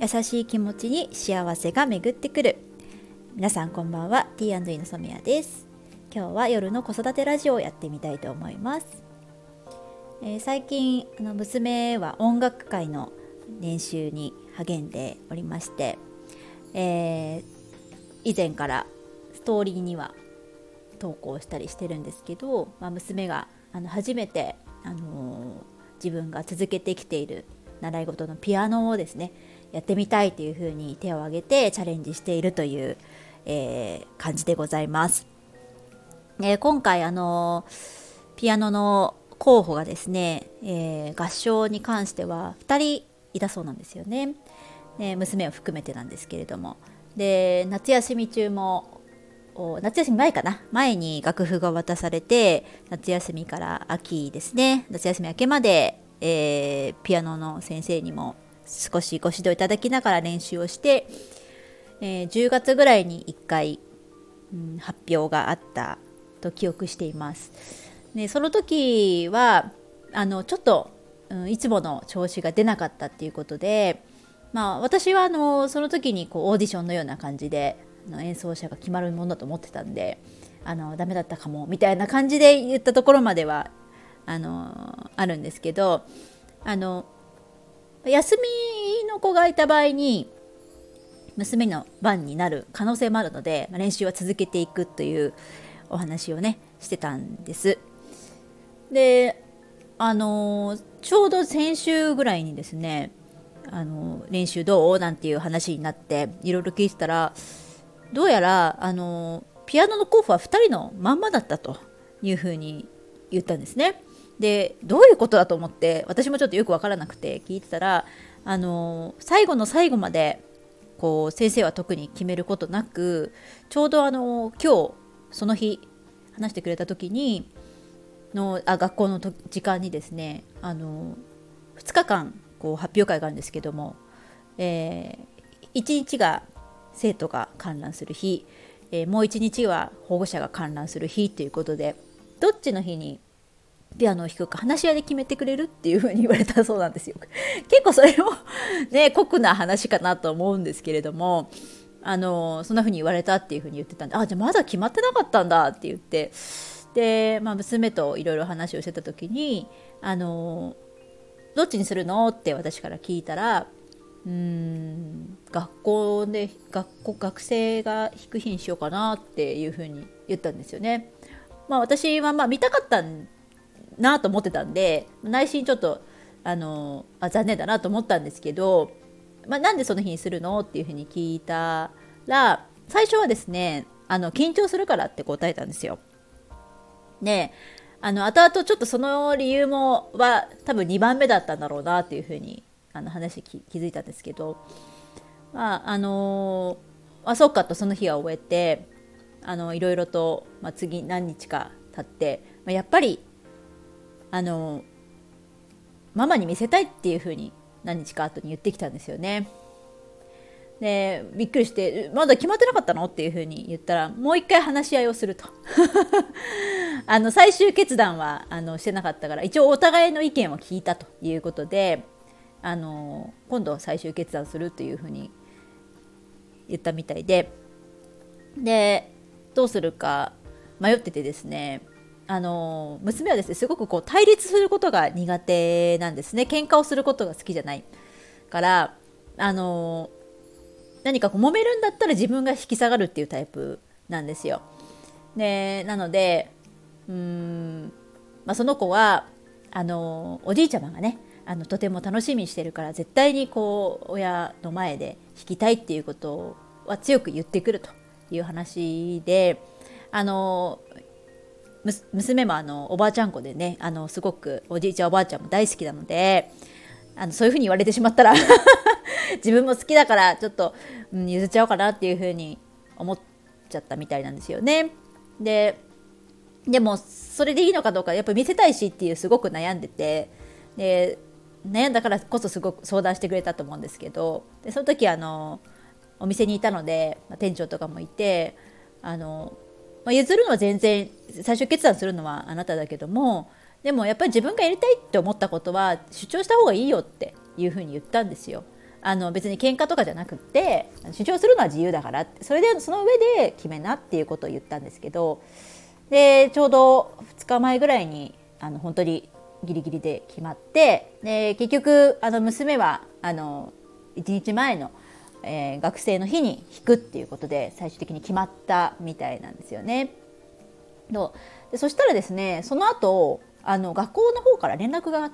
優しい気持ちに幸せが巡ってくる。皆さんこんばんは。 T&E の染谷です。今日は夜の子育てラジオをやってみたいと思います。最近娘は音楽会の練習に励んでおりまして、以前からストーリーには投稿したりしてるんですけど、娘が初めて、自分が続けてきている習い事のピアノをですねやってみたいというふうに手を挙げてチャレンジしているという、感じでございます。今回ピアノの候補がですね、合唱に関しては2人いたそうなんですよね。娘を含めてなんですけれども、で夏休み中も夏休み前かな、前に楽譜が渡されて、夏休みから秋ですね、夏休み明けまで、ピアノの先生にも少しご指導いただきながら練習をして、10月ぐらいに1回、発表があったと記憶しています。でその時はちょっと、いつもの調子が出なかったっていうことで、私はその時にオーディションのような感じで演奏者が決まるものだと思ってたんで、ダメだったかもみたいな感じで言ったところまではあるんですけど、休みの子がいた場合に娘の番になる可能性もあるので、練習は続けていくというお話をねしてたんです。でちょうど先週ぐらいにですね練習どうなんていう話になっていろいろ聞いてたら、どうやらピアノの候補は2人のまんまだったというふうに言ったんですね。でどういうことだと思って私もちょっとよく分からなくて聞いてたら、最後の最後まで先生は特に決めることなく、ちょうど今日その日話してくれた時に学校の時間にですね2日間発表会があるんですけども、1日が生徒が観覧する日、もう1日は保護者が観覧する日ということで、どっちの日にピアノを弾くか話し合いで決めてくれるっていう風に言われたそうなんですよ。結構それもね酷な話かなと思うんですけれども、そんな風に言われたっていう風に言ってたんで、じゃあまだ決まってなかったんだって言って、で、娘といろいろ話をしてた時にどっちにするのって私から聞いたら、学生が弾く日にしようかなっていう風に言ったんですよね。私は見たかったなと思ってたんで、内心ちょっと残念だなと思ったんですけど、なんでその日にするのっていう風に聞いたら、最初はですね緊張するからって答えたんですよ。で後々ちょっとその理由は多分2番目だったんだろうなっていうふうに話気づいたんですけど、そうかと、その日は終えていろいろと、次何日か経って、やっぱりママに見せたいっていうふうに何日か後に言ってきたんですよね。でびっくりして、まだ決まってなかったのっていう風に言ったら、もう一回話し合いをすると最終決断はしてなかったから、一応お互いの意見を聞いたということで今度最終決断するという風に言ったみたいで、どうするか迷っててですね、娘はですねすごく対立することが苦手なんですね。喧嘩をすることが好きじゃないから何か揉めるんだったら自分が引き下がるっていうタイプなんですよ。でなのでその子はおじいちゃまがねとても楽しみにしてるから、絶対に親の前で弾きたいっていうことは強く言ってくるという話で、娘もおばあちゃん子でねすごくおじいちゃんおばあちゃんも大好きなので、そういうふうに言われてしまったら自分も好きだからちょっと、譲っちゃおうかなっていうふうに思っちゃったみたいなんですよね。でもそれでいいのかどうかやっぱり見せたいしっていうすごく悩んでて、で悩んだからこそすごく相談してくれたと思うんですけど、でその時お店にいたので、店長とかもいて譲るのは全然、最終決断するのはあなただけども、でもやっぱり自分がやりたいって思ったことは主張した方がいいよっていうふうに言ったんですよ。 別に喧嘩とかじゃなくって主張するのは自由だからそれでその上で決めなっていうことを言ったんですけど、でちょうど2日前ぐらいに本当にギリギリで決まって、で結局娘は1日前の、学生の日に引くっていうことで最終的に決まったみたいなんですよね。でそしたらですね、その後学校の方から連絡があって、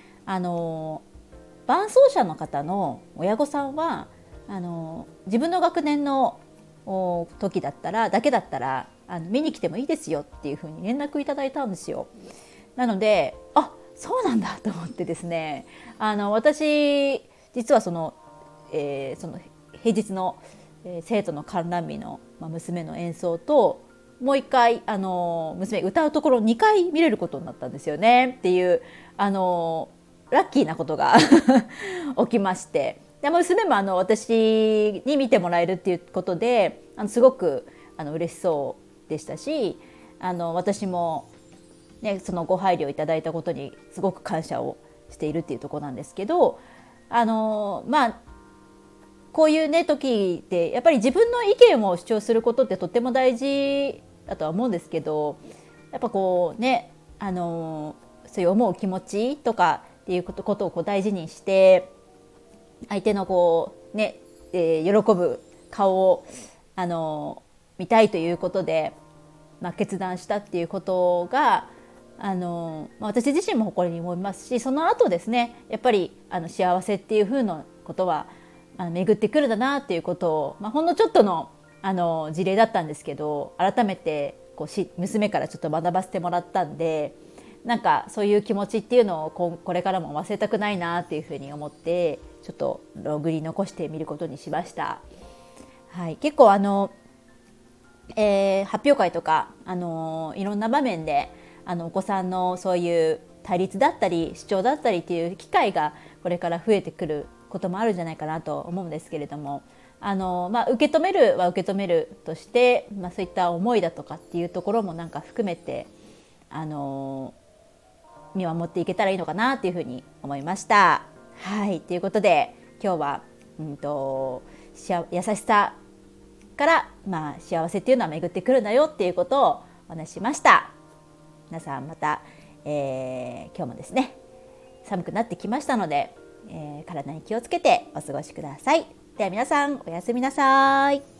伴走者の方の親御さんは自分の学年の時だけだったら見に来てもいいですよっていうふうに連絡いただいたんですよ。なのでそうなんだと思ってですね、私実はその平日の、生徒の観覧日の、娘の演奏ともう一回娘歌うところ2回見れることになったんですよねっていうラッキーなことが起きまして、で娘も私に見てもらえるっていうことですごく嬉しそうでしたし、私も、ね、そのご配慮いただいたことにすごく感謝をしているっていうところなんですけど、こういうね時ってやっぱり自分の意見を主張することってとっても大事だとは思うんですけど、やっぱこうねそういう思う気持ちとかっていうことを大事にして相手の喜ぶ顔を見たいということで、決断したっていうことが私自身も誇りに思いますし、その後ですねやっぱり幸せっていう風なことは巡ってくるんだなっていうことを、ほんのちょっとの事例だったんですけど改めて娘からちょっと学ばせてもらったんで、なんかそういう気持ちっていうのをこれからも忘れたくないなっていうふうに思ってちょっとログに残してみることにしました。はい、結構発表会とかいろんな場面でお子さんのそういう対立だったり主張だったりっていう機会がこれから増えてくることもあるんじゃないかなと思うんですけれども、受け止めるは受け止めるとして、そういった思いだとかっていうところもなんか含めて見守っていけたらいいのかなっていうふうに思いました。はい、ということで今日は、優しさから、幸せっていうのは巡ってくるんだよっていうことをお話ししました。皆さんまた、今日もですね寒くなってきましたので、体に気をつけてお過ごしください。では皆さんおやすみなさい。